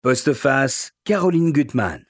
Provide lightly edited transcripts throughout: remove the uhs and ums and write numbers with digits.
Postface, Caroline Gutmann.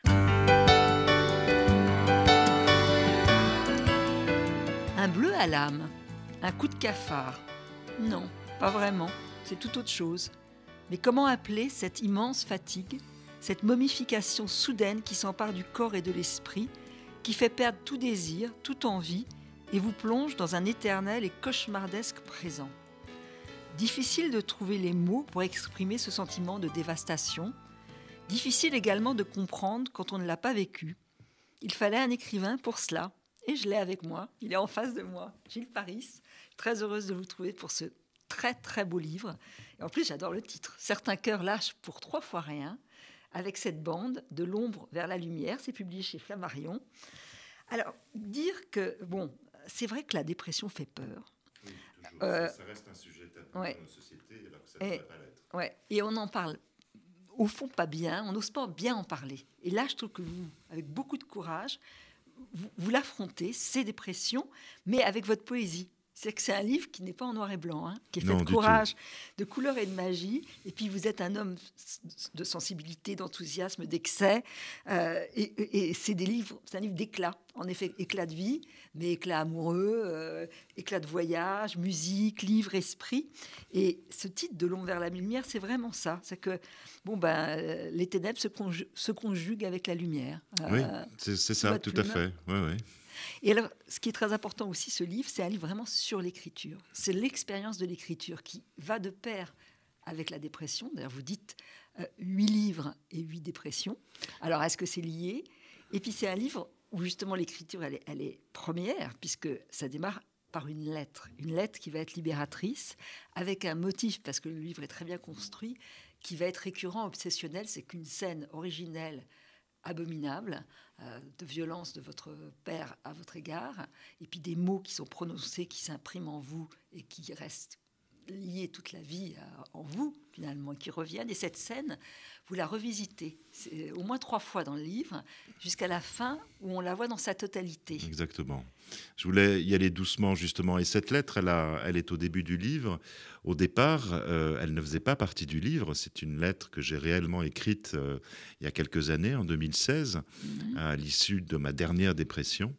Un bleu à l'âme, un coup de cafard. Non, pas vraiment, c'est tout autre chose. Mais comment appeler cette immense fatigue, cette momification soudaine qui s'empare du corps et de l'esprit, qui fait perdre tout désir, toute envie, et vous plonge dans un éternel et cauchemardesque présent. Difficile de trouver les mots pour exprimer ce sentiment de dévastation. Difficile également de comprendre quand on ne l'a pas vécu. Il fallait un écrivain pour cela. Et je l'ai avec moi. Il est en face de moi. Gilles Paris. Très heureuse de vous trouver pour ce très très beau livre. Et en plus, j'adore le titre. Certains cœurs lâchent pour 3 fois rien. Avec cette bande de l'ombre vers la lumière. C'est publié chez Flammarion. Alors, dire que, bon, c'est vrai que la dépression fait peur. Oui, toujours. Ça reste un sujet tabou ouais. dans notre société, alors que ça ne devrait pas l'être. Ouais. Et on en parle au fond pas bien, on n'ose pas bien en parler. Et là, je trouve que vous, avec beaucoup de courage, vous l'affrontez, ces dépressions, mais avec votre poésie. C'est que c'est un livre qui n'est pas en noir et blanc, hein, qui est fait de courage, de couleur et de magie. Et puis vous êtes un homme de sensibilité, d'enthousiasme, d'excès. Et c'est un livre d'éclat. En effet, éclat de vie, mais éclat amoureux, éclat de voyage, musique, livre, esprit. Et ce titre de l'ombre vers la lumière, c'est vraiment ça. C'est que les ténèbres se conjuguent avec la lumière. Oui, c'est ça, tout à fait. Oui, oui. Et alors, ce qui est très important aussi, ce livre, c'est un livre vraiment sur l'écriture. C'est l'expérience de l'écriture qui va de pair avec la dépression. D'ailleurs, vous dites 8 livres et 8 dépressions. Alors, est-ce que c'est lié ? Et puis, c'est un livre où justement l'écriture, elle est première, puisque ça démarre par une lettre qui va être libératrice, avec un motif, parce que le livre est très bien construit, qui va être récurrent, obsessionnel. C'est qu'une scène originelle, abominable, de violence de votre père à votre égard, et puis des mots qui sont prononcés, qui s'impriment en vous et qui restent liés toute la vie en vous, finalement, et qui reviennent. Et cette scène, vous la revisitez au moins 3 fois dans le livre, jusqu'à la fin où on la voit dans sa totalité. Exactement. Je voulais y aller doucement, justement. Et cette lettre, elle est au début du livre. Au départ, elle ne faisait pas partie du livre. C'est une lettre que j'ai réellement écrite il y a quelques années, en 2016, à l'issue de ma dernière dépression.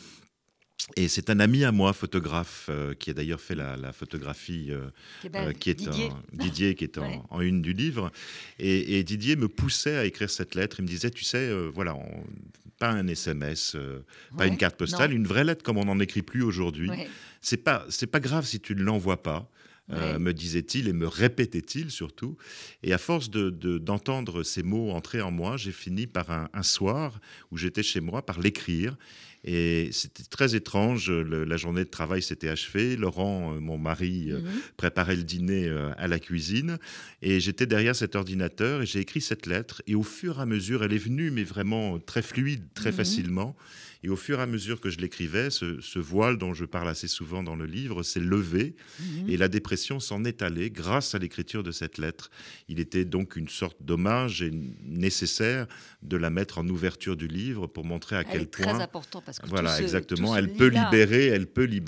Et c'est un ami à moi, photographe, qui a d'ailleurs fait la photographie, qui est Didier, qui est en une du livre. Et Didier me poussait à écrire cette lettre. Il me disait, tu sais, pas un SMS, pas une carte postale, une vraie lettre comme on n'en écrit plus aujourd'hui. Ouais. C'est pas grave si tu ne l'envoies pas. Me disait-il et me répétait-il surtout. Et à force d'entendre ces mots entrer en moi, j'ai fini par un soir où j'étais chez moi par l'écrire. Et c'était très étrange. La journée de travail s'était achevée. Laurent, mon mari, préparait le dîner à la cuisine. Et j'étais derrière cet ordinateur et j'ai écrit cette lettre. Et au fur et à mesure, elle est venue, mais vraiment très fluide, très facilement. Et au fur et à mesure que je l'écrivais, ce voile dont je parle assez souvent dans le livre s'est levé. Et la dépression s'en est allée grâce à l'écriture de cette lettre. Il était donc une sorte d'hommage nécessaire de la mettre en ouverture du livre pour montrer à quel point... Elle est très importante parce que voilà, exactement. Elle peut libérer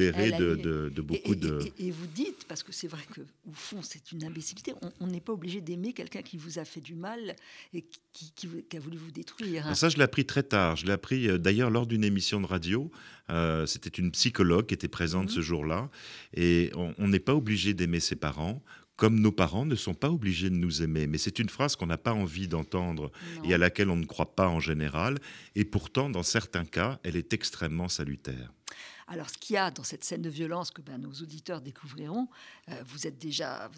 de beaucoup de... Et vous dites, parce que c'est vrai qu'au fond, c'est une imbécilité. On n'est pas obligé d'aimer quelqu'un qui vous a fait du mal et qui a voulu vous détruire. Ça, je l'ai appris très tard. Je l'ai appris d'ailleurs lors d'une émission de radio. C'était une psychologue qui était présente ce jour-là. Et on n'est pas obligé d'aimer ses parents, comme nos parents ne sont pas obligés de nous aimer. Mais c'est une phrase qu'on n'a pas envie d'entendre et à laquelle on ne croit pas en général. Et pourtant, dans certains cas, elle est extrêmement salutaire. Alors, ce qu'il y a dans cette scène de violence que nos auditeurs découvriront, vous avez déjà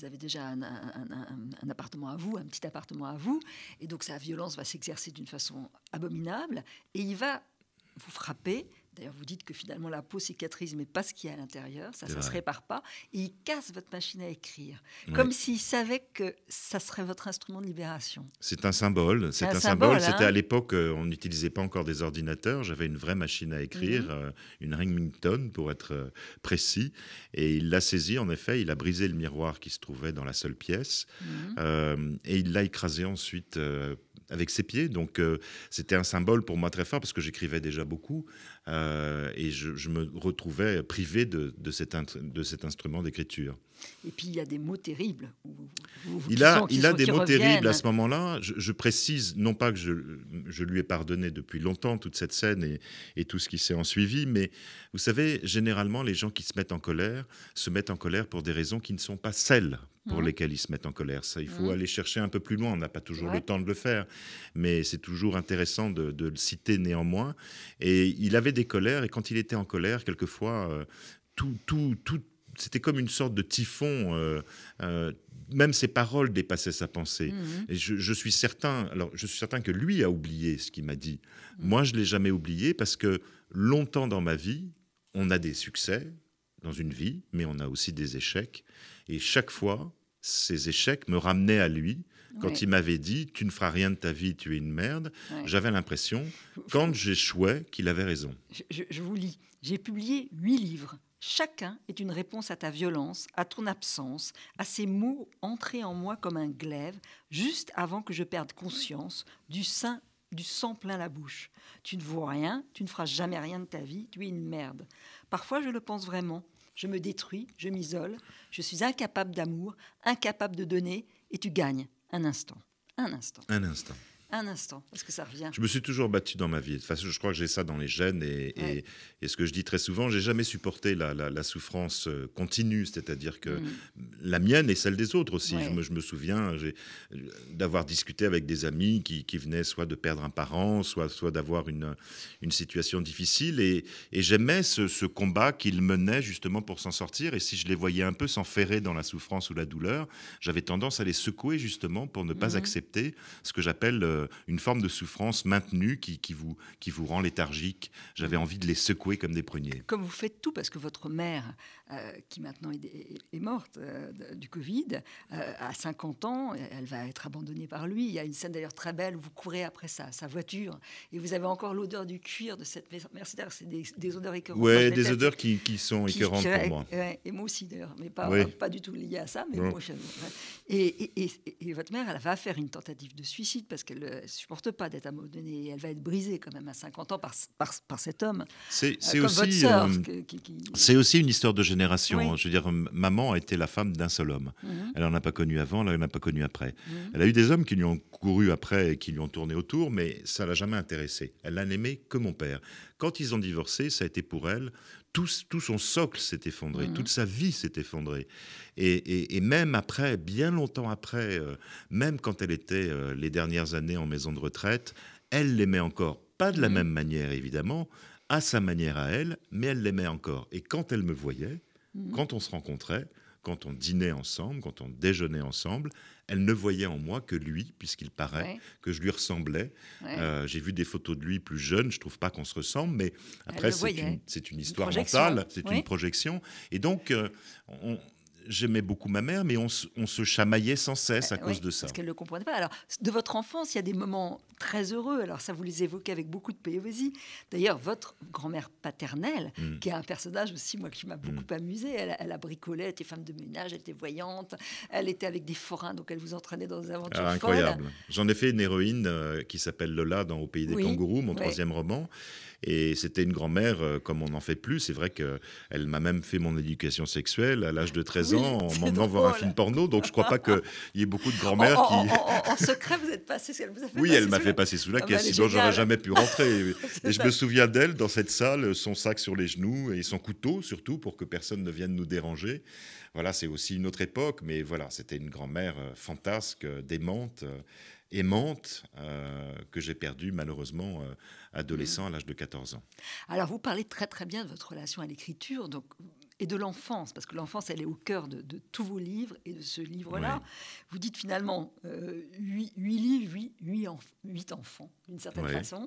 un appartement à vous, un petit appartement à vous, et donc sa violence va s'exercer d'une façon abominable, et il va vous frapper. D'ailleurs, vous dites que finalement la peau cicatrise, mais pas ce qu'il y a à l'intérieur, ça ne se répare pas, et il casse votre machine à écrire, comme s'il savait que ça serait votre instrument de libération. C'est un symbole, c'est un symbole. C'était à l'époque, on n'utilisait pas encore des ordinateurs, j'avais une vraie machine à écrire, une Remington pour être précis, et il l'a saisie, en effet, il a brisé le miroir qui se trouvait dans la seule pièce, et il l'a écrasé ensuite avec ses pieds. Donc c'était un symbole pour moi très fort parce que j'écrivais déjà beaucoup et je me retrouvais privé de cet instrument d'écriture. Et puis il y a des mots terribles. Il a des mots terribles à ce moment-là. Je précise, non pas que je lui ai pardonné depuis longtemps toute cette scène et tout ce qui s'est ensuivi, mais vous savez, généralement, les gens qui se mettent en colère pour des raisons qui ne sont pas celles pour lesquelles ils se mettent en colère. Ça, il faut aller chercher un peu plus loin. On n'a pas toujours le temps de le faire, mais c'est toujours intéressant de le citer néanmoins. Et il avait des colères, et quand il était en colère, quelquefois, tout c'était comme une sorte de typhon. Même ses paroles dépassaient sa pensée. Et je suis certain que lui a oublié ce qu'il m'a dit. Moi, je ne l'ai jamais oublié parce que longtemps dans ma vie, on a des succès dans une vie, mais on a aussi des échecs. Et chaque fois, ces échecs me ramenaient à lui. Quand il m'avait dit « tu ne feras rien de ta vie, tu es une merde », j'avais l'impression, quand j'échouais, qu'il avait raison. Je vous lis. J'ai publié 8 livres. Chacun est une réponse à ta violence, à ton absence, à ces mots entrés en moi comme un glaive, juste avant que je perde conscience, du sang plein la bouche. Tu ne vaux rien, tu ne feras jamais rien de ta vie, tu es une merde. Parfois, je le pense vraiment. Je me détruis, je m'isole, je suis incapable d'amour, incapable de donner, et tu gagnes un instant. Un instant. Un instant. Un instant, parce que ça revient. Je me suis toujours battu dans ma vie. De toute façon, je crois que j'ai ça dans les gènes. Et ce que je dis très souvent, j'ai jamais supporté la souffrance continue. C'est-à-dire que la mienne et celle des autres aussi. Je me souviens d'avoir discuté avec des amis qui venaient soit de perdre un parent, soit d'avoir une situation difficile. Et j'aimais ce combat qu'ils menaient justement pour s'en sortir. Et si je les voyais un peu s'enferrer dans la souffrance ou la douleur, j'avais tendance à les secouer justement pour ne pas accepter ce que j'appelle une forme de souffrance maintenue qui vous rend léthargique. J'avais envie de les secouer comme des pruniers. Comme vous faites tout, parce que votre mère, qui maintenant est morte du Covid, à 50 ans, elle va être abandonnée par lui. Il y a une scène d'ailleurs très belle où vous courez après sa voiture et vous avez encore l'odeur du cuir de cette Mercedes. C'est des odeurs écœurantes. Oui, des odeurs qui sont écœurantes pour moi. Et moi aussi d'ailleurs, mais pas du tout liées à ça. Mais moi, et votre mère, elle va faire une tentative de suicide parce qu'elle ne supporte pas d'être abandonnée. Elle va être brisée quand même à 50 ans par cet homme. C'est comme aussi, votre sœur. C'est aussi une histoire de génération. Oui. Je veux dire, maman a été la femme d'un seul homme. Elle n'en a pas connu avant, elle n'en a pas connu après. Elle a eu des hommes qui lui ont couru après et qui lui ont tourné autour, mais ça ne l'a jamais intéressée. Elle n'a aimé que mon père. Quand ils ont divorcé, ça a été pour elle... Tout son socle s'est effondré, toute sa vie s'est effondrée. Et même après, bien longtemps après, même quand elle était les dernières années en maison de retraite, elle l'aimait encore. Pas de la même manière, évidemment, à sa manière à elle, mais elle l'aimait encore. Et quand elle me voyait, quand on se rencontrait, quand on dînait ensemble, quand on déjeunait ensemble, elle ne voyait en moi que lui, puisqu'il paraît que je lui ressemblais. J'ai vu des photos de lui plus jeune, je ne trouve pas qu'on se ressemble, mais après, c'est une histoire mentale, c'est une projection. Et donc, j'aimais beaucoup ma mère, mais on se chamaillait sans cesse à cause de ça. Parce qu'elle ne le comprenait pas. Alors, de votre enfance, il y a des moments très heureux. Alors, ça, vous les évoquez avec beaucoup de poésie. D'ailleurs, votre grand-mère paternelle, qui est un personnage aussi, moi, qui m'a beaucoup amusée, elle a bricolé, elle était femme de ménage, elle était voyante, elle était avec des forains, donc elle vous entraînait dans des aventures folles. Incroyable. J'en ai fait une héroïne qui s'appelle Lola dans Au pays des kangourous, mon troisième roman. Et c'était une grand-mère comme on n'en fait plus. C'est vrai qu'elle m'a même fait mon éducation sexuelle à l'âge de 13 ans en m'emmenant voir un film porno. Donc je ne crois pas qu'il y ait beaucoup de grand-mères qui... En secret, vous êtes passé, elle vous a fait Oui, elle m'a fait passer sous la caisse, sinon j'aurais jamais pu rentrer. Et je me souviens d'elle dans cette salle, son sac sur les genoux et son couteau surtout pour que personne ne vienne nous déranger. Voilà, c'est aussi une autre époque, mais voilà, c'était une grand-mère fantasque, démente, aimante, que j'ai perdue malheureusement adolescent à l'âge de 14 ans. Alors vous parlez très très bien de votre relation à l'écriture, donc et de l'enfance, parce que l'enfance, elle est au cœur de tous vos livres et de ce livre-là. Vous dites finalement 8 livres, 8 enfants, d'une certaine façon,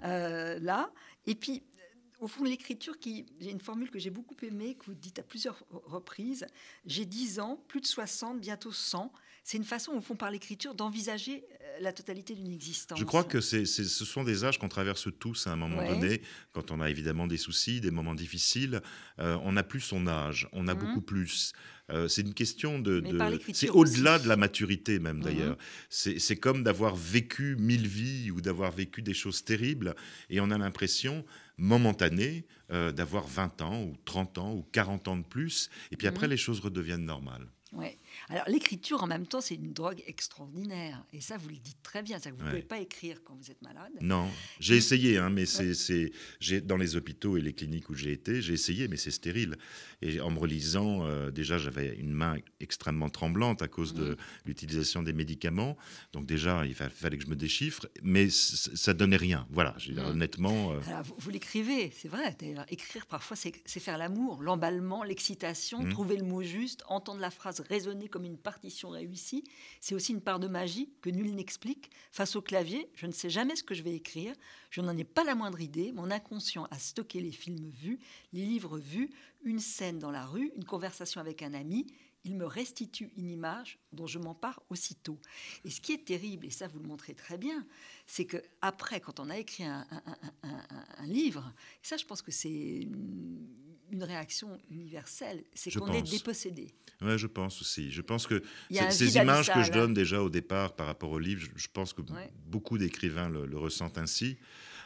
là. Et puis, au fond, l'écriture, j'ai une formule que j'ai beaucoup aimée, que vous dites à plusieurs reprises. J'ai 10 ans, plus de 60, bientôt 100. C'est une façon, au fond, par l'écriture, d'envisager la totalité d'une existence. Je crois que ce sont des âges qu'on traverse tous à un moment donné, quand on a évidemment des soucis, des moments difficiles. On n'a plus son âge, on a beaucoup plus. C'est une question c'est au-delà aussi de la maturité même d'ailleurs. C'est comme d'avoir vécu 1000 vies ou d'avoir vécu des choses terribles et on a l'impression momentané d'avoir 20 ans ou 30 ans ou 40 ans de plus. Et puis après, les choses redeviennent normales. Ouais. Alors l'écriture en même temps c'est une drogue extraordinaire et ça vous le dites très bien, c'est que vous ne pouvez pas écrire quand vous êtes malade. Non, j'ai essayé, mais j'ai dans les hôpitaux et les cliniques où j'ai été, j'ai essayé, mais c'est stérile. Et en me relisant, déjà j'avais une main extrêmement tremblante à cause de l'utilisation des médicaments, donc déjà il fallait que je me déchiffre, mais ça donnait rien. Voilà, honnêtement. Alors, vous l'écrivez, c'est vrai. D'ailleurs, écrire parfois c'est faire l'amour, l'emballement, l'excitation, trouver le mot juste, entendre la phrase résonner comme une partition réussie. C'est aussi une part de magie que nul n'explique. Face au clavier, je ne sais jamais ce que je vais écrire. Je n'en ai pas la moindre idée. Mon inconscient a stocké les films vus, les livres vus, une scène dans la rue, une conversation avec un ami. Il me restitue une image dont je m'empare aussitôt. Et ce qui est terrible, et ça vous le montrez très bien, c'est qu'après, quand on a écrit un livre, et ça je pense que c'est une réaction universelle, c'est qu'on est dépossédé. Oui, je pense aussi. Je pense que ces images que je donne déjà au départ par rapport au livre, je pense que beaucoup d'écrivains le ressentent ainsi.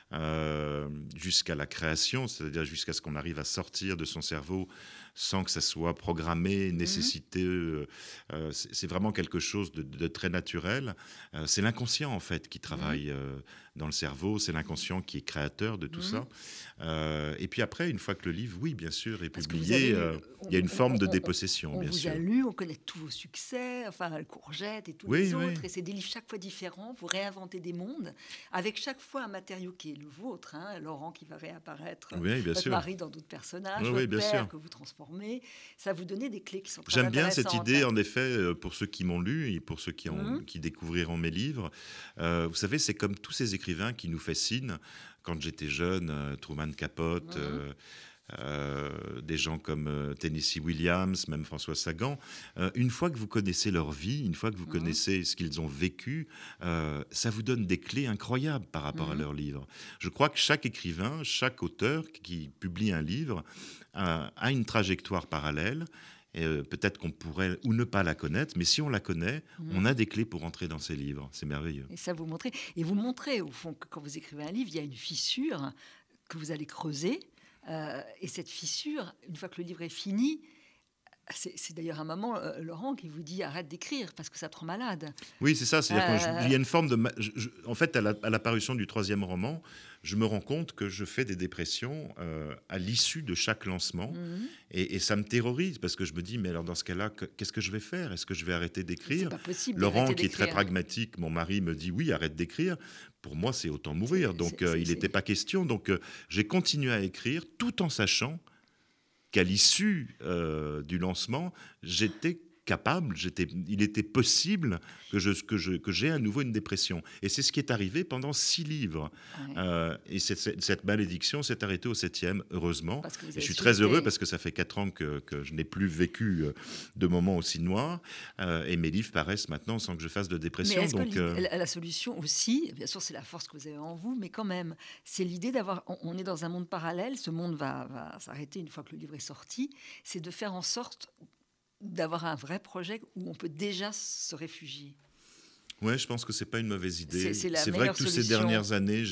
Jusqu'à la création, c'est-à-dire jusqu'à ce qu'on arrive à sortir de son cerveau sans que ça soit programmé, nécessité. C'est vraiment quelque chose de très naturel. C'est l'inconscient, en fait, qui travaille dans le cerveau. C'est l'inconscient qui est créateur de tout ça. Et puis après, une fois que le livre, oui, bien sûr, est publié, il y a une forme de dépossession, bien sûr. On vous a lu, on connaît tous vos succès, enfin, le Courgette et tous les autres. Et c'est des livres chaque fois différents. Vous réinventez des mondes, avec chaque fois un matériau qui est le vôtre. Laurent qui va réapparaître, votre mari dans d'autres personnages, votre père que vous transformez. Ça vous donnait des clés qui sont très intéressantes. J'aime bien cette idée, en effet, pour ceux qui m'ont lu et pour ceux qui découvriront mes livres. Vous savez, c'est comme tous ces écrivains qui nous fascinent. Quand j'étais jeune, Truman Capote, des gens comme Tennessee Williams, même François Sagan, une fois que vous connaissez leur vie, une fois que vous connaissez ce qu'ils ont vécu, ça vous donne des clés incroyables par rapport à leurs livres. Je crois que chaque écrivain, chaque auteur qui publie un livre a une trajectoire parallèle. Peut-être qu'on pourrait ou ne pas la connaître, mais si on la connaît, on a des clés pour entrer dans ces livres. C'est merveilleux. Et ça vous montrez. Et vous montrez, au fond, que quand vous écrivez un livre, il y a une fissure que vous allez creuser. Et cette fissure, une fois que le livre est fini, c'est d'ailleurs un moment, Laurent, qui vous dit arrête d'écrire parce que ça te rend malade. Oui, c'est ça. C'est-à-dire qu'il y a une forme de... En fait, à la parution du 3e roman, je me rends compte que je fais des dépressions à l'issue de chaque lancement. Et ça me terrorise parce que je me dis, mais alors dans ce cas-là, qu'est-ce que je vais faire ? Est-ce que je vais arrêter d'écrire ? C'est pas possible. Laurent, qui est très pragmatique, mon mari, me dit, oui, arrête d'écrire. Pour moi, c'est autant mourir. Donc, il n'était pas question. Donc, j'ai continué à écrire tout en sachant qu'à l'issue du lancement, j'étais capable, il était possible que j'ai à nouveau une dépression. Et c'est ce qui est arrivé pendant 6 livres. Et cette malédiction s'est arrêtée au 7e, heureusement. Et je suis très heureux parce que ça fait 4 ans que je n'ai plus vécu de moments aussi noirs. Et mes livres paraissent maintenant sans que je fasse de dépression. Mais est-ce que la solution aussi, bien sûr c'est la force que vous avez en vous, mais quand même, c'est l'idée d'avoir... On est dans un monde parallèle, ce monde va s'arrêter une fois que le livre est sorti. C'est de faire en sorte d'avoir un vrai projet où on peut déjà se réfugier. Oui, je pense que c'est pas une mauvaise idée. C'est vrai que toutes ces dernières années,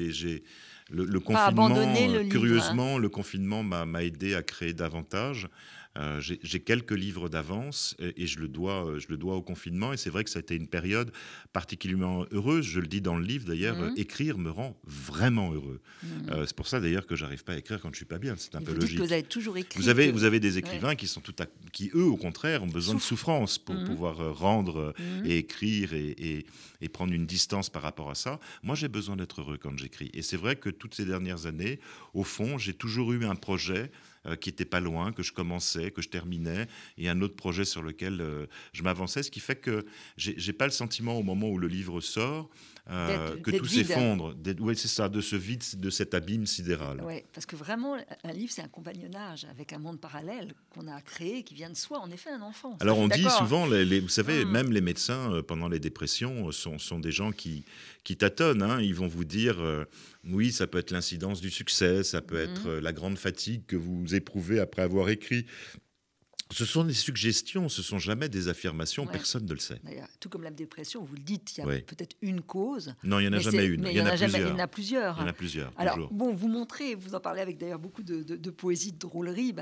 le confinement, curieusement, le confinement m'a aidé à créer davantage. J'ai quelques livres d'avance et je le dois au confinement. Et c'est vrai que ça a été une période particulièrement heureuse. Je le dis dans le livre d'ailleurs, écrire me rend vraiment heureux. C'est pour ça d'ailleurs que j'arrive pas à écrire quand je suis pas bien. C'est un peu logique. Que vous avez toujours écrit. Vous avez des écrivains qui sont qui eux au contraire ont besoin de souffrance pour pouvoir rendre et écrire et prendre une distance par rapport à ça. Moi, j'ai besoin d'être heureux quand j'écris. Et c'est vrai que toutes ces dernières années, au fond, j'ai toujours eu un projet qui n'était pas loin, que je commençais, que je terminais, et un autre projet sur lequel je m'avançais, ce qui fait que j'ai pas le sentiment au moment où le livre sort que tout s'effondre. Oui, c'est ça, de ce vide, de cet abîme sidéral. Oui, parce que vraiment, un livre, c'est un compagnonnage avec un monde parallèle qu'on a créé, qui vient de soi. On est fait un enfant. Alors on dit souvent, vous savez, même les médecins, pendant les dépressions, sont des gens qui tâtonnent. Ils vont vous dire, oui, ça peut être l'incidence du succès, ça peut être la grande fatigue que vous éprouvez après avoir écrit. Ce sont des suggestions, ce sont jamais des affirmations, Ouais. personne ne le sait. D'ailleurs, tout comme la dépression, vous le dites, il y a Oui. peut-être une cause. Non, il n'y en a jamais une, Mais il y en a il y plusieurs. en a plusieurs. Il y en a plusieurs, Alors, toujours. bon, vous montrez, vous en parlez avec d'ailleurs beaucoup de poésie, de drôlerie,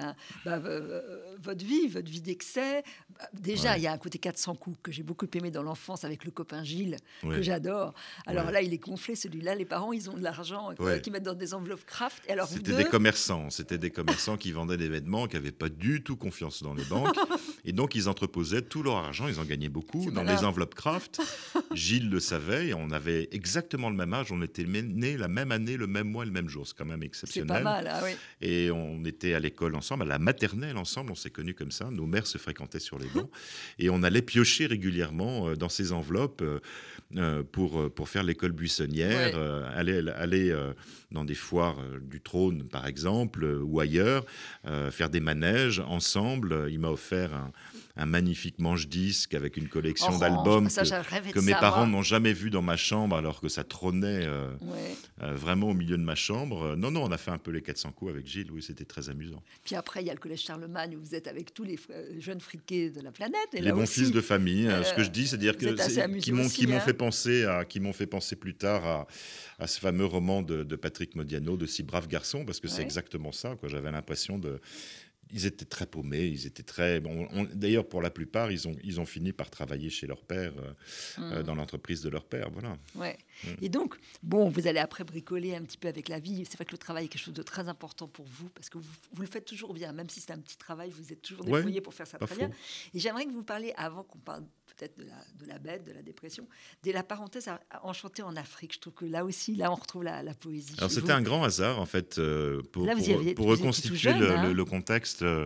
votre vie d'excès. Déjà, Ouais. il y a un côté 400 coups que j'ai beaucoup aimé dans l'enfance avec le copain Gilles, Ouais. que j'adore. Alors Ouais. là, il est gonflé, celui-là. Les parents, ils ont de l'argent Ouais. qu'ils mettent dans des enveloppes craft. Et alors, vous C'était deux, des commerçants qui vendaient des vêtements, qui n'avaient pas du tout confiance dans les banques. Et donc, ils entreposaient tout leur argent, ils en gagnaient beaucoup, C'est dans malin. les enveloppes Kraft. Gilles le savait, et on avait exactement le même âge, on était nés la même année, le même mois, le même jour. C'est quand même c'est exceptionnel. pas mal, ah oui. Et on était à l'école ensemble, à la maternelle ensemble, on s'est connus comme ça. Nos mères se fréquentaient sur les bancs. Et on allait piocher régulièrement dans ces enveloppes pour faire l'école buissonnière, Ouais. aller dans des foires du Trône, par exemple, ou ailleurs, faire des manèges ensemble. Il m'a offert un magnifique manche-disque avec une collection d'albums ça, j'aurais rêvé de que mes ça, parents moi. n'ont jamais vu dans ma chambre, alors que ça trônait Ouais. vraiment au milieu de ma chambre. Non, on a fait un peu les 400 coups avec Gilles, oui, c'était très amusant. Puis après, il y a le collège Charlemagne où vous êtes avec tous les jeunes friqués de la planète. Et Les là bons aussi, fils de famille, ce que je dis, c'est-à-dire vous êtes assez amusés aussi, hein. qui m'ont fait penser plus tard à ce fameux roman de Patrick Modiano, de Six braves garçons, parce que c'est Ouais. exactement ça, quoi. J'avais l'impression de... Ils étaient très paumés, ils étaient très... Bon, d'ailleurs, pour la plupart, ils ont fini par travailler chez leur père, dans l'entreprise de leur père, voilà. Ouais. Et donc, bon, vous allez après bricoler un petit peu avec la vie. C'est vrai que le travail est quelque chose de très important pour vous, parce que vous le faites toujours bien. Même si c'est un petit travail, vous êtes toujours Ouais, débrouillé pour faire ça pas très faux. bien. Et j'aimerais que vous parliez, avant qu'on parle peut-être de la bête, de la dépression, de la parenthèse à enchanter en Afrique. Je trouve que là aussi, là, on retrouve la poésie. Alors chez c'était vous. un grand hasard en fait pour, Là, vous pour, y aviez- pour vous étiez tout reconstituer jeune, hein. le contexte. Ouais.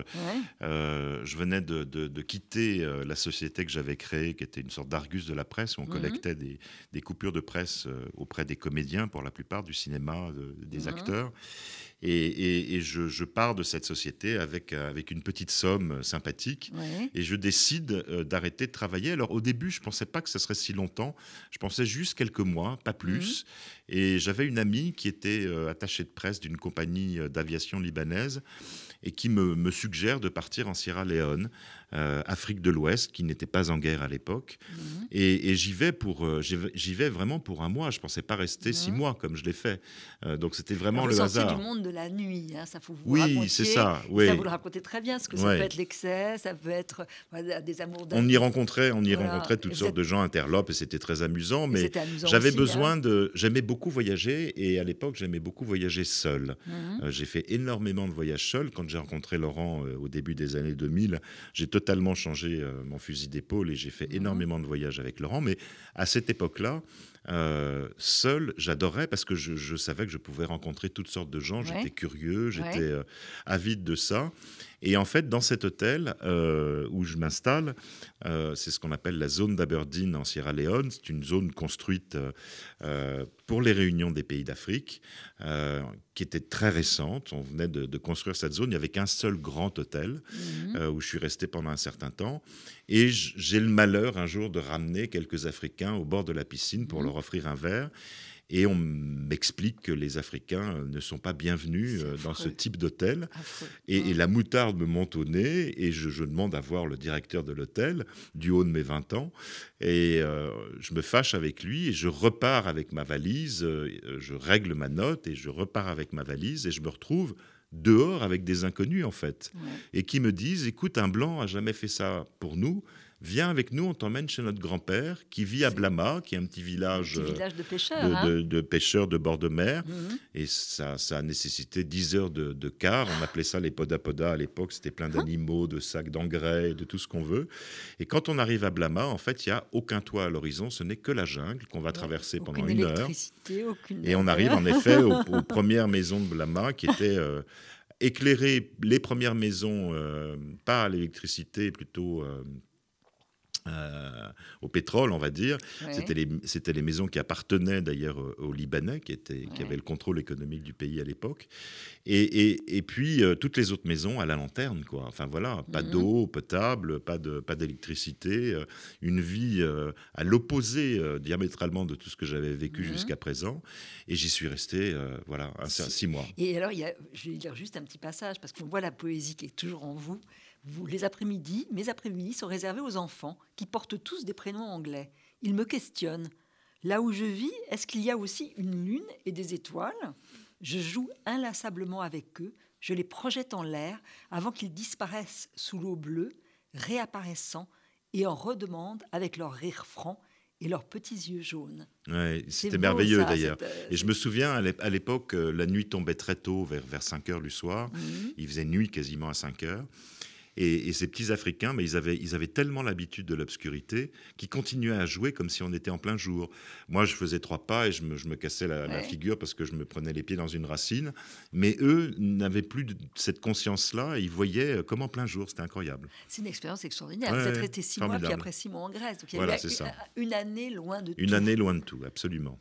Je venais de quitter la société que j'avais créée, qui était une sorte d'Argus de la presse, où on collectait des coupures de presse auprès des comédiens, pour la plupart du cinéma, des acteurs. Et je pars de cette société avec une petite somme sympathique. Ouais. Et je décide d'arrêter de travailler. Alors au début, je ne pensais pas que ça serait si longtemps. Je pensais juste quelques mois, pas plus. Et j'avais une amie qui était attachée de presse d'une compagnie d'aviation libanaise et qui me suggère de partir en Sierra Leone, Afrique de l'Ouest, qui n'était pas en guerre à l'époque. Et j'y vais vraiment pour un mois. Je ne pensais pas rester 6 mois comme je l'ai fait. Donc c'était vraiment Alors, le vous sortiez hasard. du monde de la nuit, hein, ça faut vous Oui, racontiez. c'est ça, Et oui. ça vous le racontez très bien, parce que ça Ouais. peut être l'excès, ça peut être voilà, des amours On y rencontrait Voilà. toutes Et sortes vous de gens interlopes et c'était très amusant. Mais c'était amusant j'avais aussi, besoin de... J'aimais beaucoup voyager et à l'époque, j'aimais beaucoup voyager seul. Mhm. J'ai fait énormément de voyages seul. Quand j'ai rencontré Laurent au début des années 2000, j'ai totalement changé mon fusil d'épaule et j'ai fait énormément de voyages avec Laurent. Mais à cette époque-là, seul, j'adorais parce que je savais que je pouvais rencontrer toutes sortes de gens. Ouais. J'étais curieux, j'étais Ouais. avide de ça. Et en fait, dans cet hôtel où je m'installe, c'est ce qu'on appelle la zone d'Aberdeen en Sierra Leone. C'est une zone construite pour les réunions des pays d'Afrique, qui était très récente. On venait de construire cette zone. Il n'y avait qu'un seul grand hôtel où je suis resté pendant un certain temps. Et j'ai le malheur un jour de ramener quelques Africains au bord de la piscine pour leur offrir un verre. Et on m'explique que les Africains ne sont pas bienvenus C'est dans ce affreux. type d'hôtel. Affreux. Et la moutarde me monte au nez et je demande à voir le directeur de l'hôtel du haut de mes 20 ans. Et je me fâche avec lui et je repars avec ma valise. Je règle ma note et je repars avec ma valise et je me retrouve dehors avec des inconnus en fait. Ouais. Et qui me disent, écoute, un blanc a jamais fait ça pour nous. Viens avec nous, on t'emmène chez notre grand-père qui vit à Blama, qui est un petit village, Petit village de pêcheurs. hein. de pêcheurs de bord de mer. Mhm. Et ça a nécessité 10 heures de car. On appelait ça les poda-poda à l'époque. C'était plein d'animaux, de sacs d'engrais, de tout ce qu'on veut. Et quand on arrive à Blama, en fait, il n'y a aucun toit à l'horizon. Ce n'est que la jungle qu'on va traverser pendant Aucune 1 heure. électricité, aucune... Et on arrive en effet aux premières maisons de Blama qui étaient éclairées. Les premières maisons, pas à l'électricité, plutôt... au pétrole, on va dire. Ouais. C'était les maisons qui appartenaient d'ailleurs aux Libanais, qui Ouais. avaient le contrôle économique du pays à l'époque. Et puis, toutes les autres maisons à la lanterne, quoi. Enfin, voilà, pas d'eau potable, pas d'électricité, une vie à l'opposé diamétralement de tout ce que j'avais vécu jusqu'à présent. Et j'y suis resté, 6 mois. Et alors, je vais lire juste un petit passage, parce qu'on voit la poésie qui est toujours en vous. Les après-midi, mes après-midi sont réservés aux enfants qui portent tous des prénoms anglais. Ils me questionnent. Là où je vis, est-ce qu'il y a aussi une lune et des étoiles ? Je joue inlassablement avec eux. Je les projette en l'air avant qu'ils disparaissent sous l'eau bleue, réapparaissant et en redemandent avec leur rire franc et leurs petits yeux jaunes. Ouais, C'est c'était beau, merveilleux ça, d'ailleurs. Et je me souviens, à l'époque, la nuit tombait très tôt, vers 5 heures du soir. Il faisait nuit quasiment à 5 heures. Et ces petits Africains, mais ils avaient tellement l'habitude de l'obscurité qu'ils continuaient à jouer comme si on était en plein jour. Moi, je faisais 3 pas et je me cassais la figure parce que je me prenais les pieds dans une racine. Mais eux n'avaient plus cette conscience-là et ils voyaient comme en plein jour. C'était incroyable. C'est une expérience extraordinaire. Ouais, Vous êtes resté 6 mois, puis formidable. après 6 mois en Grèce. Donc il y Voilà, a c'est ça. une année loin de tout. Une année loin de tout, absolument.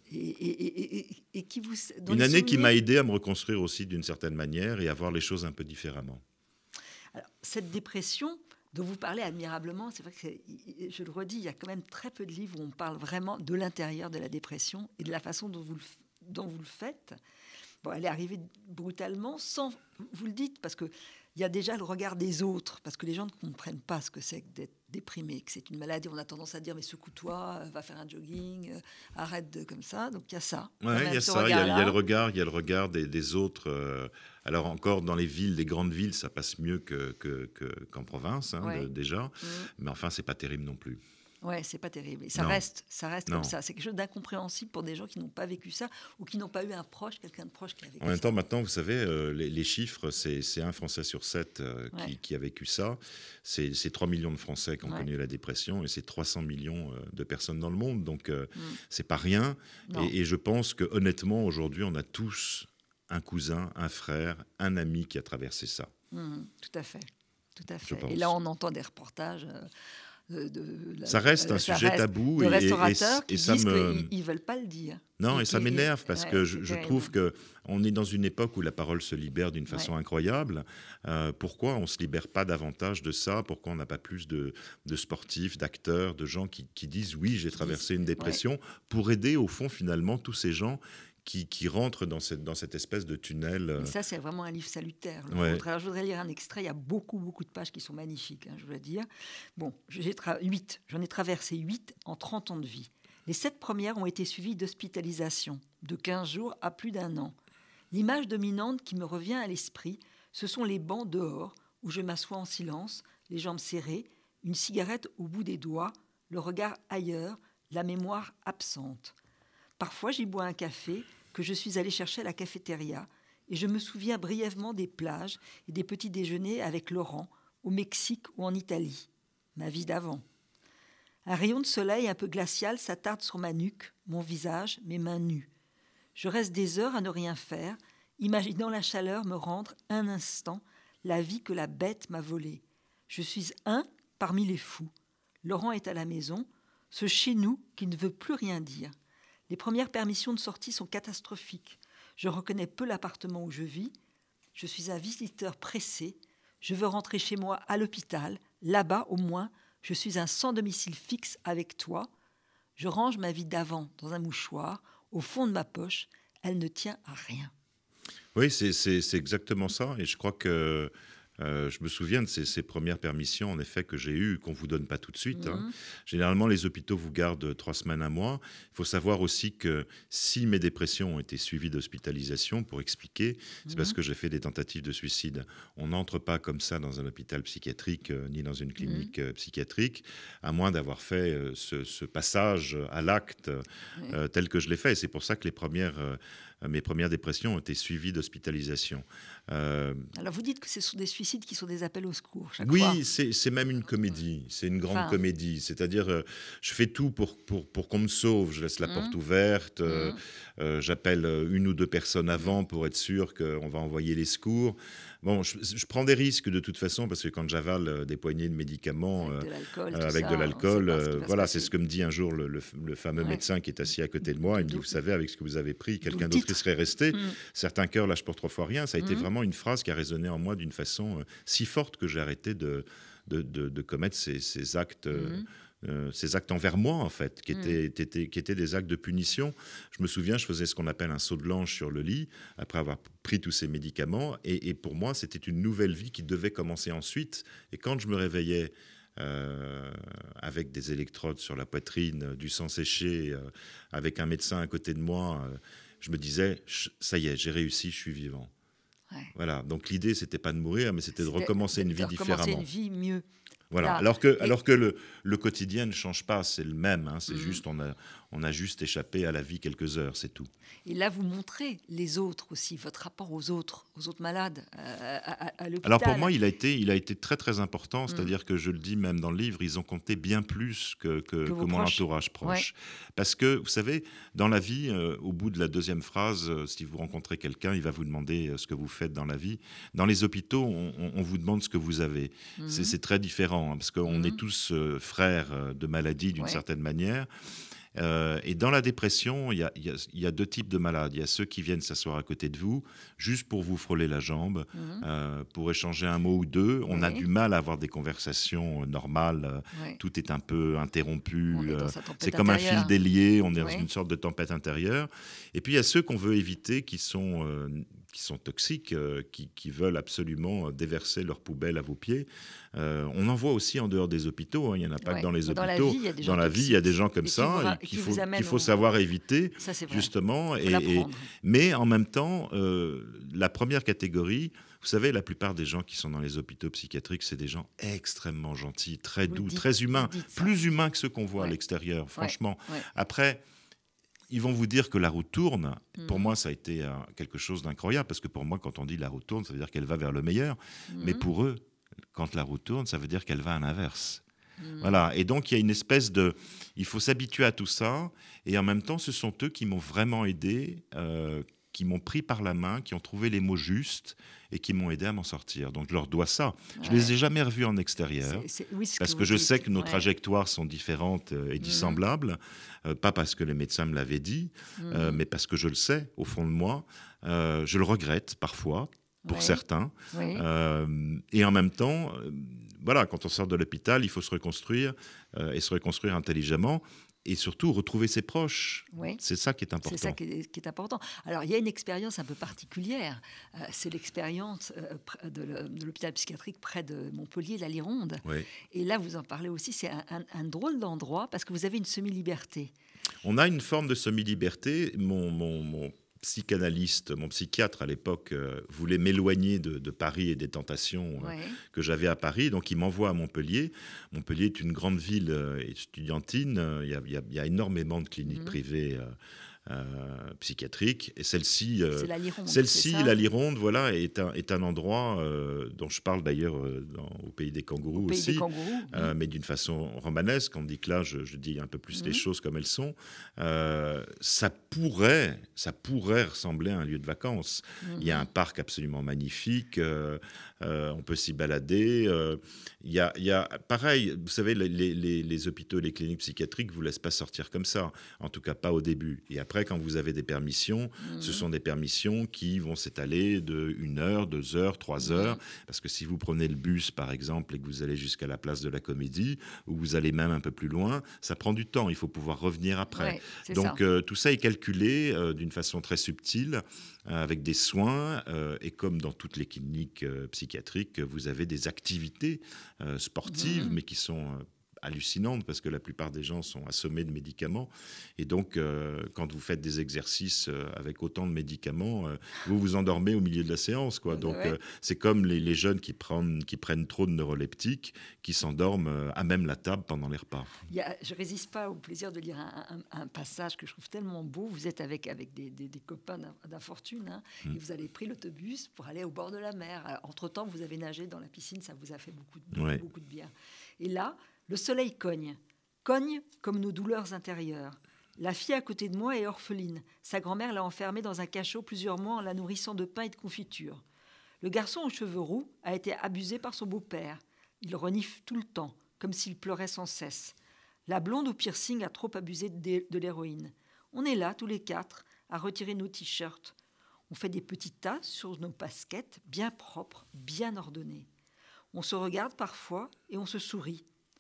Et qui vous... dans Une les année qui souvenirs- m'a aidé à me reconstruire aussi d'une certaine manière et à voir les choses un peu différemment. Alors, cette dépression dont vous parlez admirablement, c'est vrai que, je le redis, il y a quand même très peu de livres où on parle vraiment de l'intérieur de la dépression et de la façon dont vous le faites. Bon, elle est arrivée brutalement, sans... Vous le dites, parce qu'il y a déjà le regard des autres, parce que les gens ne comprennent pas ce que c'est que d'être déprimé, que c'est une maladie. On a tendance à dire, mais secoue-toi, va faire un jogging, arrête comme ça. Donc il y a ça. Ouais, il y a ça, il y a le regard des autres. Alors encore dans les villes, les grandes villes, ça passe mieux qu'en province, déjà. Mais enfin, c'est pas terrible non plus. Ouais, c'est pas terrible. Et ça Non. reste Non. comme ça. C'est quelque chose d'incompréhensible pour des gens qui n'ont pas vécu ça ou qui n'ont pas eu un proche, quelqu'un de proche qui a vécu ça. En même temps, maintenant, vous savez, les chiffres, c'est 1 Français sur 7 qui a vécu ça. C'est 3 millions de Français qui ont connu la dépression et c'est 300 millions de personnes dans le monde. Donc, c'est pas rien. Et je pense que honnêtement, aujourd'hui, on a tous un cousin, un frère, un ami qui a traversé ça. Tout à fait. Tout à fait. Je pense. Et là, on entend des reportages... ça reste un sujet tabou de et restaurateurs qui ça disent me... qu'ils ne veulent pas le dire. Non, et ça m'énerve parce que je terrible. trouve qu'on est dans une époque où la parole se libère d'une façon incroyable. Pourquoi on ne se libère pas davantage de ça ? Pourquoi on n'a pas plus de sportifs, d'acteurs, de gens qui disent « oui, j'ai traversé une dépression » pour aider au fond finalement tous ces gens qui rentrent dans cette espèce de tunnel. Mais ça, c'est vraiment un livre salutaire. Alors, je voudrais lire un extrait. Il y a beaucoup de pages qui sont magnifiques, je dois dire. Bon, j'en ai traversé 8 en 30 ans de vie. Les 7 premières ont été suivies d'hospitalisation, de 15 jours à plus d'1 an. L'image dominante qui me revient à l'esprit, ce sont les bancs dehors, où je m'assois en silence, les jambes serrées, une cigarette au bout des doigts, le regard ailleurs, la mémoire absente. Parfois, j'y bois un café que je suis allée chercher à la cafétéria et je me souviens brièvement des plages et des petits déjeuners avec Laurent au Mexique ou en Italie. Ma vie d'avant. Un rayon de soleil un peu glacial s'attarde sur ma nuque, mon visage, mes mains nues. Je reste des heures à ne rien faire, imaginant la chaleur me rendre un instant la vie que la bête m'a volée. Je suis un parmi les fous. Laurent est à la maison, ce chez nous qui ne veut plus rien dire. Les premières permissions de sortie sont catastrophiques. Je reconnais peu l'appartement où je vis. Je suis un visiteur pressé. Je veux rentrer chez moi à l'hôpital. Là-bas, au moins, je suis un sans domicile fixe avec toi. Je range ma vie d'avant dans un mouchoir. Au fond de ma poche, elle ne tient à rien. Oui, c'est exactement ça. Et je crois que je me souviens de ces premières permissions, en effet, que j'ai eues, qu'on ne vous donne pas tout de suite. Généralement, les hôpitaux vous gardent 3 semaines, 1 mois. Il faut savoir aussi que si mes dépressions ont été suivies d'hospitalisation, pour expliquer, c'est parce que j'ai fait des tentatives de suicide. On n'entre pas comme ça dans un hôpital psychiatrique ni dans une clinique psychiatrique, à moins d'avoir fait ce passage à l'acte tel que je l'ai fait. Et c'est pour ça que mes premières dépressions ont été suivies d'hospitalisation. Alors vous dites que ce sont des suicides qui sont des appels au secours chaque fois. Oui, c'est même une comédie, c'est une grande comédie. C'est-à-dire, je fais tout pour qu'on me sauve. Je laisse la porte ouverte, j'appelle 1 ou 2 personnes avant pour être sûr qu'on va envoyer les secours. Bon, je prends des risques de toute façon parce que quand j'avale des poignées de médicaments avec de l'alcool, voilà, c'est ce que me dit un jour le fameux médecin qui est assis à côté de moi. Il me dit, vous savez, avec ce que vous avez pris, quelqu'un d'autre y serait resté. Certains cœurs lâchent pour 3 fois rien. Ça a été vraiment une phrase qui a résonné en moi d'une façon si forte que j'ai arrêté de commettre ces actes ces actes envers moi, en fait, qui étaient des actes de punition. Je me souviens, je faisais ce qu'on appelle un saut de l'ange sur le lit, après avoir pris tous ces médicaments. Et pour moi, c'était une nouvelle vie qui devait commencer ensuite. Et quand je me réveillais avec des électrodes sur la poitrine, du sang séché, avec un médecin à côté de moi, je me disais, ça y est, j'ai réussi, je suis vivant. Ouais. Voilà, donc l'idée, c'était pas de mourir, mais c'était de recommencer une vie différemment. Recommencer une vie mieux. Voilà. Là. Alors que le quotidien ne change pas, c'est le même. Hein, c'est juste, on a juste échappé à la vie quelques heures, c'est tout. Et là, vous montrez les autres aussi, votre rapport aux autres malades à l'hôpital. Alors pour moi, il a été très très important. C'est-à-dire que je le dis même dans le livre, ils ont compté bien plus que mon entourage proche. Ouais. Parce que vous savez, dans la vie, au bout de la deuxième phrase, si vous rencontrez quelqu'un, il va vous demander ce que vous faites dans la vie. Dans les hôpitaux, on vous demande ce que vous avez. C'est très différent, hein, parce qu'on est tous frères de maladie d'une certaine manière. Et dans la dépression, il y a deux types de malades. Il y a ceux qui viennent s'asseoir à côté de vous, juste pour vous frôler la jambe, pour échanger un mot ou deux. On a du mal à avoir des conversations normales. Tout est un peu interrompu. C'est comme un fil délié. On est dans une sorte de tempête intérieure. Et puis, il y a ceux qu'on veut éviter, qui sont toxiques, qui veulent absolument déverser leur poubelle à vos pieds. On en voit aussi en dehors des hôpitaux. Hein. Il n'y en a pas que dans les hôpitaux. Dans la vie, il y a des gens comme ça qu'il faut savoir éviter, justement. Mais en même temps, la première catégorie, vous savez, la plupart des gens qui sont dans les hôpitaux psychiatriques, c'est des gens extrêmement gentils, très doux, très humains, plus humains que ceux qu'on voit à l'extérieur, franchement. Après, ils vont vous dire que la roue tourne. Pour moi, ça a été quelque chose d'incroyable, parce que pour moi, quand on dit la roue tourne, ça veut dire qu'elle va vers le meilleur. Mais pour eux, quand la roue tourne, ça veut dire qu'elle va à l'inverse. Voilà. Et donc, il y a une espèce de... Il faut s'habituer à tout ça. Et en même temps, ce sont eux qui m'ont vraiment aidé, qui m'ont pris par la main, qui ont trouvé les mots justes et qui m'ont aidé à m'en sortir. Donc, je leur dois ça. Je ne les ai jamais revus en extérieur, parce que je sais que nos trajectoires sont différentes et dissemblables. Pas parce que les médecins me l'avaient dit, mais parce que je le sais, au fond de moi. Je le regrette parfois, pour certains. Et en même temps, voilà, quand on sort de l'hôpital, il faut se reconstruire et se reconstruire intelligemment. Et surtout, retrouver ses proches. C'est ça qui est important. C'est ça qui est important. Alors, il y a une expérience un peu particulière. C'est l'expérience de l'hôpital psychiatrique près de Montpellier, la Lironde. Et là, vous en parlez aussi, c'est un drôle d'endroit parce que vous avez une semi-liberté. On a une forme de semi-liberté. Mon psychanalyste, mon psychiatre à l'époque voulait m'éloigner de Paris et des tentations que j'avais à Paris, donc il m'envoie à Montpellier. Montpellier est une grande ville estudiantine, il y a énormément de cliniques privées psychiatriques, et celle-ci, la Lironde, voilà, est un endroit dont je parle d'ailleurs au pays des kangourous aussi, mais d'une façon romanesque. On dit que là, je dis un peu plus les choses comme elles sont. Ça pourrait ressembler à un lieu de vacances. Il y a un parc absolument magnifique, on peut s'y balader. Il y a pareil, vous savez, les hôpitaux et les cliniques psychiatriques ne vous laissent pas sortir comme ça, en tout cas pas au début. Et après, quand vous avez des permissions, ce sont des permissions qui vont s'étaler de 1 heure, 2 heures, 3 heures. Parce que si vous prenez le bus, par exemple, et que vous allez jusqu'à la place de la Comédie, ou vous allez même un peu plus loin, ça prend du temps. Il faut pouvoir revenir après. Donc, tout ça est calculé d'une façon très subtile, avec des soins. Et comme dans toutes les cliniques psychiatriques, vous avez des activités sportives, mais qui sont... hallucinante, parce que la plupart des gens sont assommés de médicaments, et donc quand vous faites des exercices avec autant de médicaments, vous vous endormez au milieu de la séance, quoi. Donc c'est comme les jeunes qui prennent trop de neuroleptiques, qui s'endorment à même la table pendant les repas. Je résiste pas au plaisir de lire un passage que je trouve tellement beau. Vous êtes avec des copains d'infortune, et vous avez pris l'autobus pour aller au bord de la mer. Entre-temps, vous avez nagé dans la piscine, ça vous a fait beaucoup de bien. Et là, le soleil cogne comme nos douleurs intérieures. La fille à côté de moi est orpheline. Sa grand-mère l'a enfermée dans un cachot plusieurs mois en la nourrissant de pain et de confiture. Le garçon aux cheveux roux a été abusé par son beau-père. Il renifle tout le temps, comme s'il pleurait sans cesse. La blonde au piercing a trop abusé de l'héroïne. On est là, tous les 4, à retirer nos t-shirts. On fait des petits tas sur nos baskets, bien propres, bien ordonnés. On se regarde parfois et on se sourit.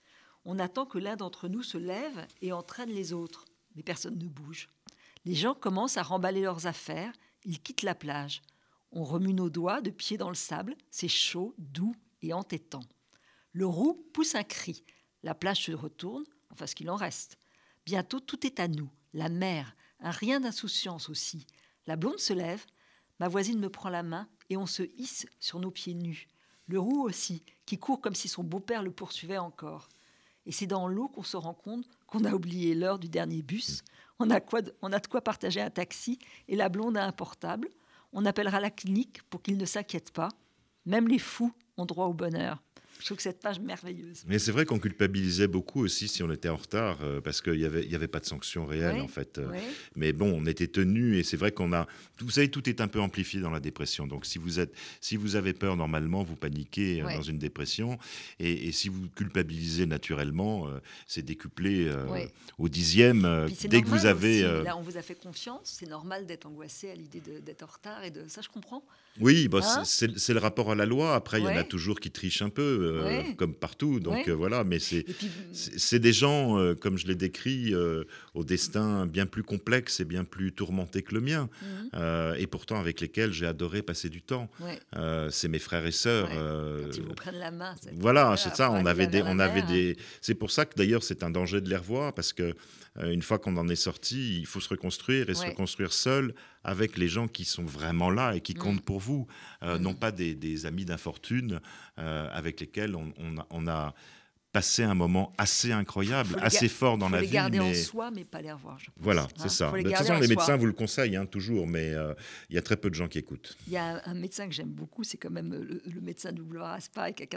On attend que l'un d'entre nous se lève et entraîne les autres. Mais personne ne bouge. Les gens commencent à remballer leurs affaires. Ils quittent la plage. On remue nos doigts de pied dans le sable. C'est chaud, doux et entêtant. Le roux pousse un cri. La plage se retourne, enfin ce qu'il en reste. Bientôt, tout est à nous. La mer, un rien d'insouciance aussi. La blonde se lève. Ma voisine me prend la main et on se hisse sur nos pieds nus. Le roux aussi, qui court comme si son beau-père le poursuivait encore. Et c'est dans l'eau qu'on se rend compte qu'on a oublié l'heure du dernier bus. On a de quoi partager un taxi et la blonde a un portable. On appellera la clinique pour qu'ils ne s'inquiètent pas. Même les fous ont droit au bonheur. Je trouve que cette page merveilleuse. Mais c'est vrai qu'on culpabilisait beaucoup aussi si on était en retard, parce qu'il n'y avait pas de sanction réelle, en fait. Mais bon, on était tenus, et c'est vrai qu'on a... Vous savez, tout est un peu amplifié dans la dépression. Donc, si vous avez peur, normalement, vous paniquez dans une dépression. Et si vous culpabilisez naturellement, c'est décuplé au 10e. Dès que vous avez... Là, on vous a fait confiance. C'est normal d'être angoissé à l'idée d'être en retard. Ça, je comprends. Oui, c'est le rapport à la loi. Après, il y en a toujours qui trichent un peu. Comme partout, donc voilà, mais c'est des gens, comme je l'ai décrit, au destin bien plus complexe et bien plus tourmenté que le mien, et pourtant avec lesquels j'ai adoré passer du temps. C'est mes frères et sœurs. Quand ils vous prennent la main. Voilà, c'est ça, on avait des... C'est pour ça que d'ailleurs c'est un danger de les revoir, parce que une fois qu'on en est sorti, il faut se reconstruire et se reconstruire seul avec les gens qui sont vraiment là et qui comptent pour vous, non pas des amis d'infortune avec lesquels on a passé un moment assez incroyable, assez fort dans la vie. Il faut les garder en soi, mais pas les revoir, je pense. Voilà, c'est ça. De toute façon, les médecins vous le conseillent toujours, mais il y a très peu de gens qui écoutent. Il y a un médecin que j'aime beaucoup, c'est quand même le médecin de Vouloir Aspac, qui a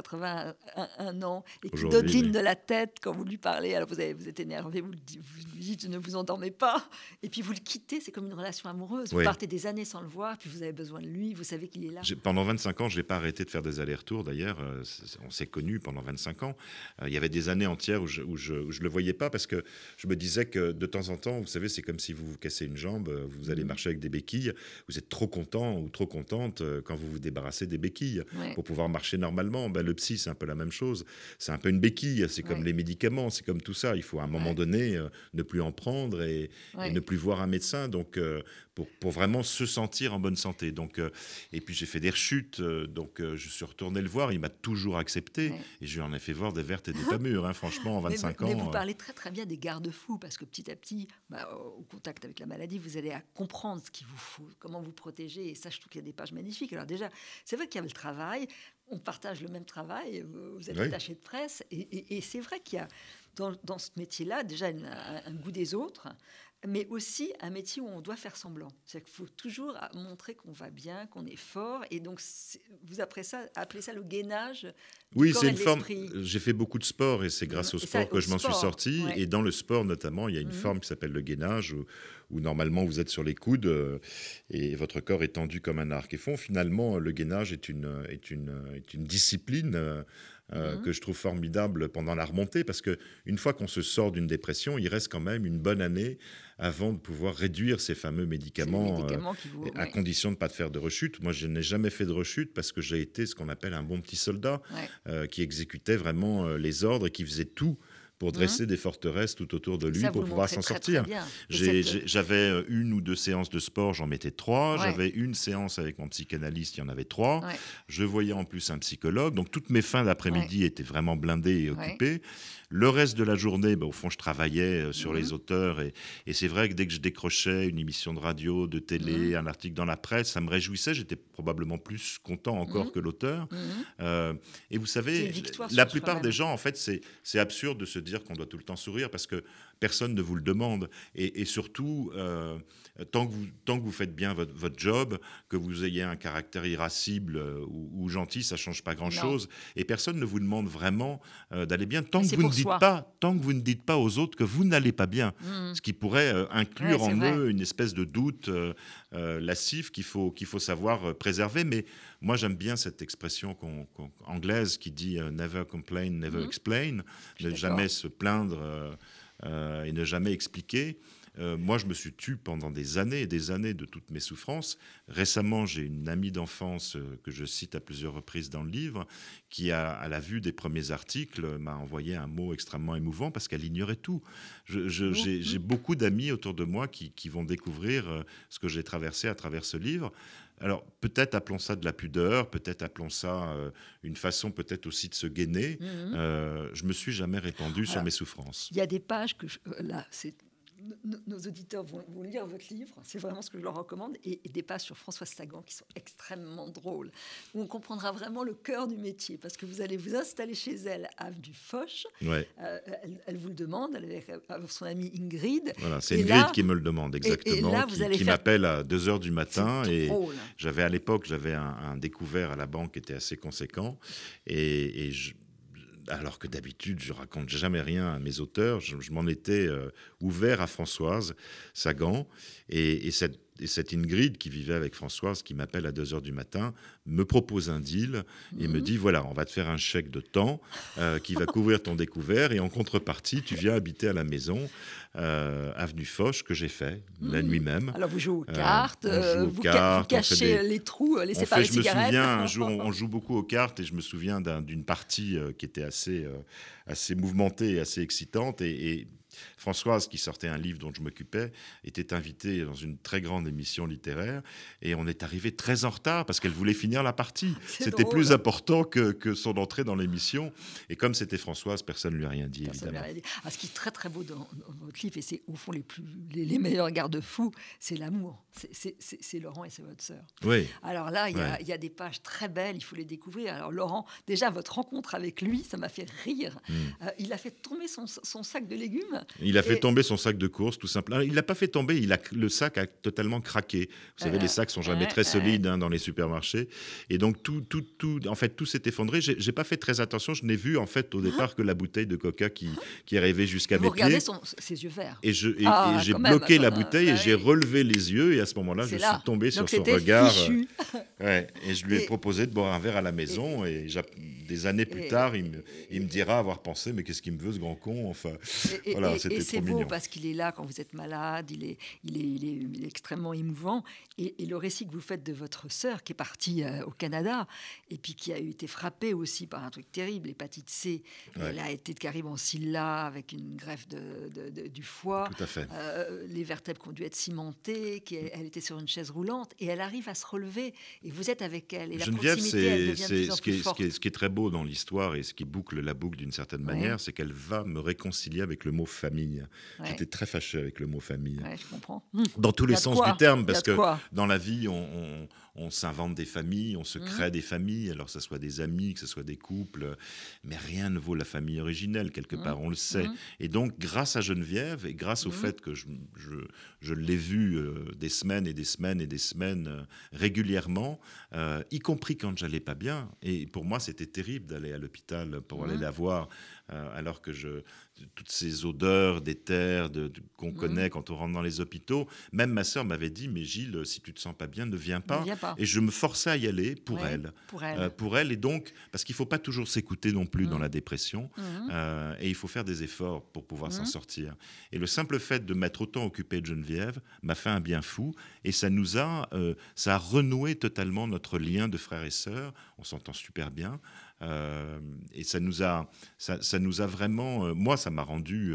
81 ans, et qui dodeline de la tête quand vous lui parlez. Alors vous êtes énervé, vous lui dites ne vous endormez pas, et puis vous le quittez, c'est comme une relation amoureuse. Vous partez des années sans le voir, puis vous avez besoin de lui, vous savez qu'il est là. Pendant 25 ans, je n'ai pas arrêté de faire des allers-retours, d'ailleurs. On s'est connus pendant 25 ans. Il y avait des années entières où je le voyais pas, parce que je me disais que de temps en temps, vous savez, c'est comme si vous vous cassez une jambe, vous allez marcher avec des béquilles, vous êtes trop content ou trop contente quand vous vous débarrassez des béquilles pour pouvoir marcher normalement. Le psy, c'est un peu la même chose. C'est un peu une béquille, c'est comme les médicaments, c'est comme tout ça. Il faut à un moment donné ne plus en prendre et ne plus voir un médecin, donc pour vraiment se sentir en bonne santé. Donc, et puis j'ai fait des rechutes, donc je suis retourné le voir, il m'a toujours accepté, et je lui en ai fait voir des vertes et des pas mûres, franchement, en 25 ans. Mais vous parlez très très bien des garde-fous, parce que petit à petit, au contact avec la maladie, vous allez à comprendre ce qu'il vous faut, comment vous protéger, et ça, je trouve qu'il y a des pages magnifiques. Alors déjà, c'est vrai qu'il y a le travail, on partage le même travail, vous êtes attaché de presse, et c'est vrai qu'il y a dans ce métier-là déjà un goût des autres, mais aussi un métier où on doit faire semblant. C'est-à-dire qu'il faut toujours montrer qu'on va bien, qu'on est fort, et donc vous appelez ça le gainage du corps et de l'esprit. J'ai fait beaucoup de sport, et c'est grâce au sport que je m'en suis sorti, et dans le sport notamment, il y a une forme qui s'appelle le gainage, où normalement vous êtes sur les coudes et votre corps est tendu comme un arc. Et finalement, le gainage est une discipline que je trouve formidable pendant la remontée, parce qu'une fois qu'on se sort d'une dépression, il reste quand même une bonne année avant de pouvoir réduire ces fameux médicaments, à condition de ne pas faire de rechute. Moi, je n'ai jamais fait de rechute, parce que j'ai été ce qu'on appelle un bon petit soldat, qui exécutait vraiment les ordres et qui faisait tout pour dresser des forteresses tout autour de lui pour pouvoir s'en sortir. J'avais une ou deux séances de sport, j'en mettais 3. J'avais une séance avec mon psychanalyste, il y en avait 3. Je voyais en plus un psychologue. Donc toutes mes fins d'après-midi étaient vraiment blindées et occupées. Le reste de la journée, au fond, je travaillais sur les auteurs. Et c'est vrai que dès que je décrochais une émission de radio, de télé, un article dans la presse, ça me réjouissait. J'étais probablement plus content encore que l'auteur. Et vous savez, la plupart des gens, en fait, c'est absurde de se dire qu'on doit tout le temps sourire, parce que personne ne vous le demande. Et surtout, tant que vous faites bien votre job, que vous ayez un caractère irascible ou gentil, ça ne change pas grand-chose. Et personne ne vous demande vraiment d'aller bien, tant que vous ne dites pas aux autres que vous n'allez pas bien. Ce qui pourrait inclure en eux une espèce de doute lascif qu'il faut savoir préserver. Mais moi, j'aime bien cette expression anglaise qui dit « never complain, never explain », ne jamais se plaindre et ne jamais expliquer. Moi, je me suis tu pendant des années et des années de toutes mes souffrances. Récemment, j'ai une amie d'enfance que je cite à plusieurs reprises dans le livre, qui, à la vue des premiers articles, m'a envoyé un mot extrêmement émouvant parce qu'elle ignorait tout. J'ai beaucoup d'amis autour de moi qui vont découvrir ce que j'ai traversé à travers ce livre. Alors, peut-être appelons ça de la pudeur, peut-être appelons ça une façon peut-être aussi de se gainer. Je me suis jamais répandu sur mes souffrances. Il y a des pages que là, nos auditeurs vont lire votre livre, c'est vraiment ce que je leur recommande, et des pages sur Françoise Sagan qui sont extrêmement drôles, où on comprendra vraiment le cœur du métier, parce que vous allez vous installer chez elle, avenue Foch. Ouais. Elle vous le demande, elle est avec son amie Ingrid. Voilà, c'est Ingrid qui me le demande exactement, et là, vous allez qui m'appelle à 2h du matin. C'est drôle. Et à l'époque, j'avais un découvert à la banque qui était assez conséquent, alors que d'habitude, je raconte jamais rien à mes auteurs. Je m'en étais ouvert à Françoise Sagan. Et cette Ingrid qui vivait avec Françoise, qui m'appelle à 2h du matin, me propose un deal et me dit, voilà, on va te faire un chèque de temps qui va couvrir ton découvert. Et en contrepartie, tu viens habiter à la maison, avenue Foch, que j'ai fait la nuit même. Alors, vous jouez aux cartes, vous cachez les trous, les Je me cigarettes. souviens, un jour, on joue beaucoup aux cartes et je me souviens d'une partie qui était assez mouvementée et assez excitante. Et Françoise, qui sortait un livre dont je m'occupais, était invitée dans une très grande émission littéraire et on est arrivé très en retard parce qu'elle voulait finir la partie. C'était drôle. Plus important que son entrée dans l'émission. Et comme c'était Françoise, personne ne lui a rien dit, évidemment. Ce qui est très très beau dans votre livre, et c'est au fond les meilleurs garde-fous, c'est l'amour. C'est Laurent et c'est votre sœur. Oui. Alors là, il y a des pages très belles, il faut les découvrir. Alors Laurent, déjà votre rencontre avec lui, ça m'a fait rire. Il a fait tomber son sac de légumes. Il a fait tomber son sac de course, tout simplement. Il l'a pas fait tomber, le sac a totalement craqué. Vous savez, les sacs sont jamais très solides dans les supermarchés. Et donc, tout s'est effondré. J'ai pas fait très attention. Je n'ai vu, en fait, au départ, que la bouteille de Coca qui arrivait jusqu'à mes pieds. Vous regardez ses yeux verts. Et j'ai bloqué la bouteille et j'ai relevé les yeux. Et à ce moment-là, je suis tombé sur son regard. Et je lui ai proposé de boire un verre à la maison. Et des années plus tard, il me dira avoir pensé, mais qu'est-ce qu'il me veut, ce grand con, enfin... Voilà, c'était c'est trop beau mignon. parce qu'il est là quand vous êtes malade, il est extrêmement émouvant. Et le récit que vous faites de votre sœur qui est partie au Canada et puis qui a été frappée aussi par un truc terrible, l'hépatite C. Elle a été de Caribe-en-Silla avec une greffe du foie. Tout à fait. Les vertèbres qui ont dû être cimentées, elle était sur une chaise roulante et elle arrive à se relever et vous êtes avec elle. Et Geneviève, la proximité, elle devient de plus en plus forte. ce qui est très beau dans l'histoire et ce qui boucle la boucle d'une certaine manière, c'est qu'elle va me réconcilier avec le mot famille. J'étais très fâché avec le mot famille. Je comprends. Dans tous les sens du terme, parce que quoi. Dans la vie, on s'invente des familles, on se crée des familles, alors que ce soit des amis, que ce soit des couples, mais rien ne vaut la famille originelle, quelque part, on le sait. Et donc, grâce à Geneviève, et grâce au fait que je l'ai vue des semaines et des semaines et des semaines régulièrement, y compris quand j'allais pas bien, et pour moi, c'était terrible d'aller à l'hôpital pour aller la voir, alors que toutes ces odeurs d'éther qu'on connaît quand on rentre dans les hôpitaux, même ma sœur m'avait dit, mais Gilles, si tu te sens pas bien, ne viens pas. Et je me forçais à y aller pour elle. Pour elle, et donc, parce qu'il faut pas toujours s'écouter non plus dans la dépression, et il faut faire des efforts pour pouvoir s'en sortir. Et le simple fait de m'être autant occupé de Geneviève m'a fait un bien fou, et ça a renoué totalement notre lien de frères et sœurs. On s'entend super bien. Et ça nous a vraiment, moi ça m'a rendu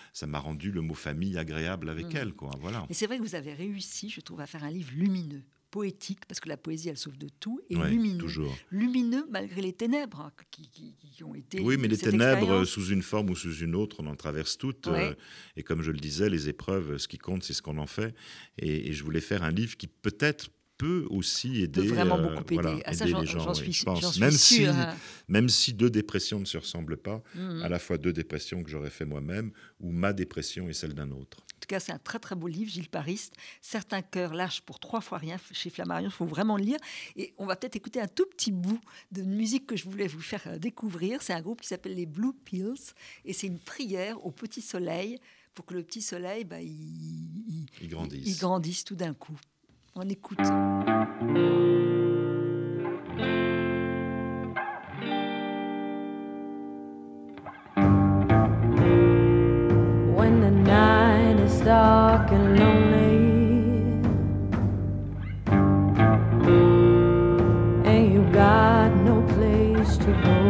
le mot famille agréable avec elle, quoi. Voilà. Et c'est vrai que vous avez réussi, je trouve, à faire un livre lumineux, poétique, parce que la poésie elle sauve de tout, et toujours. lumineux malgré les ténèbres qui ont été. Oui, mais les ténèbres sous une forme ou sous une autre, on en traverse toutes. Et comme je le disais, les épreuves, ce qui compte, c'est ce qu'on en fait. Et je voulais faire un livre qui peut-être peut aussi aider, vraiment beaucoup aider. Aider les gens, je pense. Même sûre. Même si deux dépressions ne se ressemblent pas, à la fois deux dépressions que j'aurais fait moi-même, ou ma dépression et celle d'un autre. En tout cas, c'est un très très beau livre, Gilles Pariste. Certains cœurs lâchent pour 3 fois rien chez Flammarion. Il faut vraiment le lire. Et on va peut-être écouter un tout petit bout de musique que je voulais vous faire découvrir. C'est un groupe qui s'appelle les Blue Pills. Et c'est une prière au petit soleil pour que le petit soleil, il grandisse tout d'un coup. On écoute. When the night is dark to go.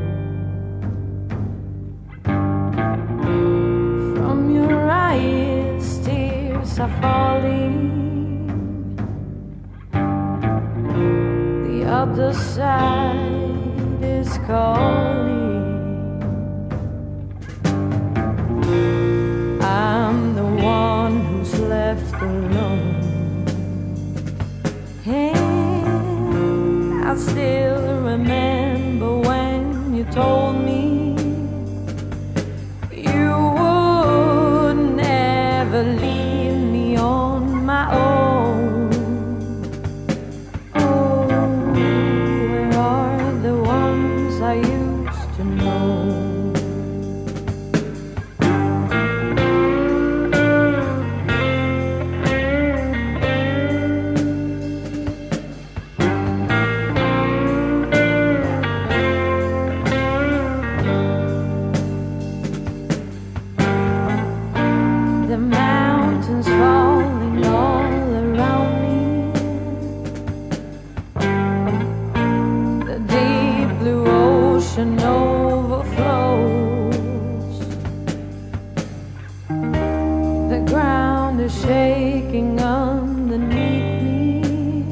From your eyes, tears are falling. The other side is calling. I'm the one who's left alone. And I still remember when you told me you would never leave me on my own. Oh, where are the ones I used to know? The mountains falling all around me, the deep blue ocean overflows, the ground is shaking underneath me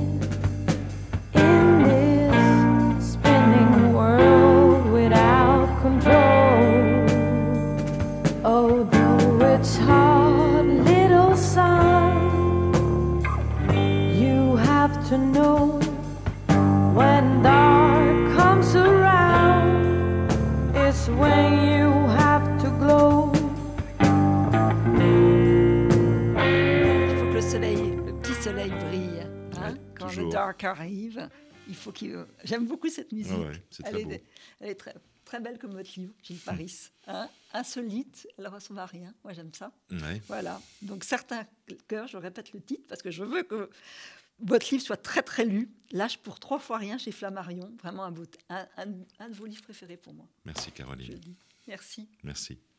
in this spinning world without control. Although it's hard, little son, you have to know when dark comes around, it's when you have to glow. Il faut que le petit soleil brille. Hein, Ouais, quand toujours. le dark arrive, il faut qu'il... J'aime beaucoup cette musique. Ah ouais, c'est très beau. Elle est très, très belle comme votre livre, Gilles Paris. Hein, insolite, elle ressemble à rien. Moi, j'aime ça. Ouais. Voilà. Donc, certains cœurs, je répète le titre parce que je veux que votre livre soit très, très lu. Lâche pour 3 fois rien chez Flammarion. Vraiment un de vos livres préférés pour moi. Merci Je le Caroline. dis. Merci. Merci.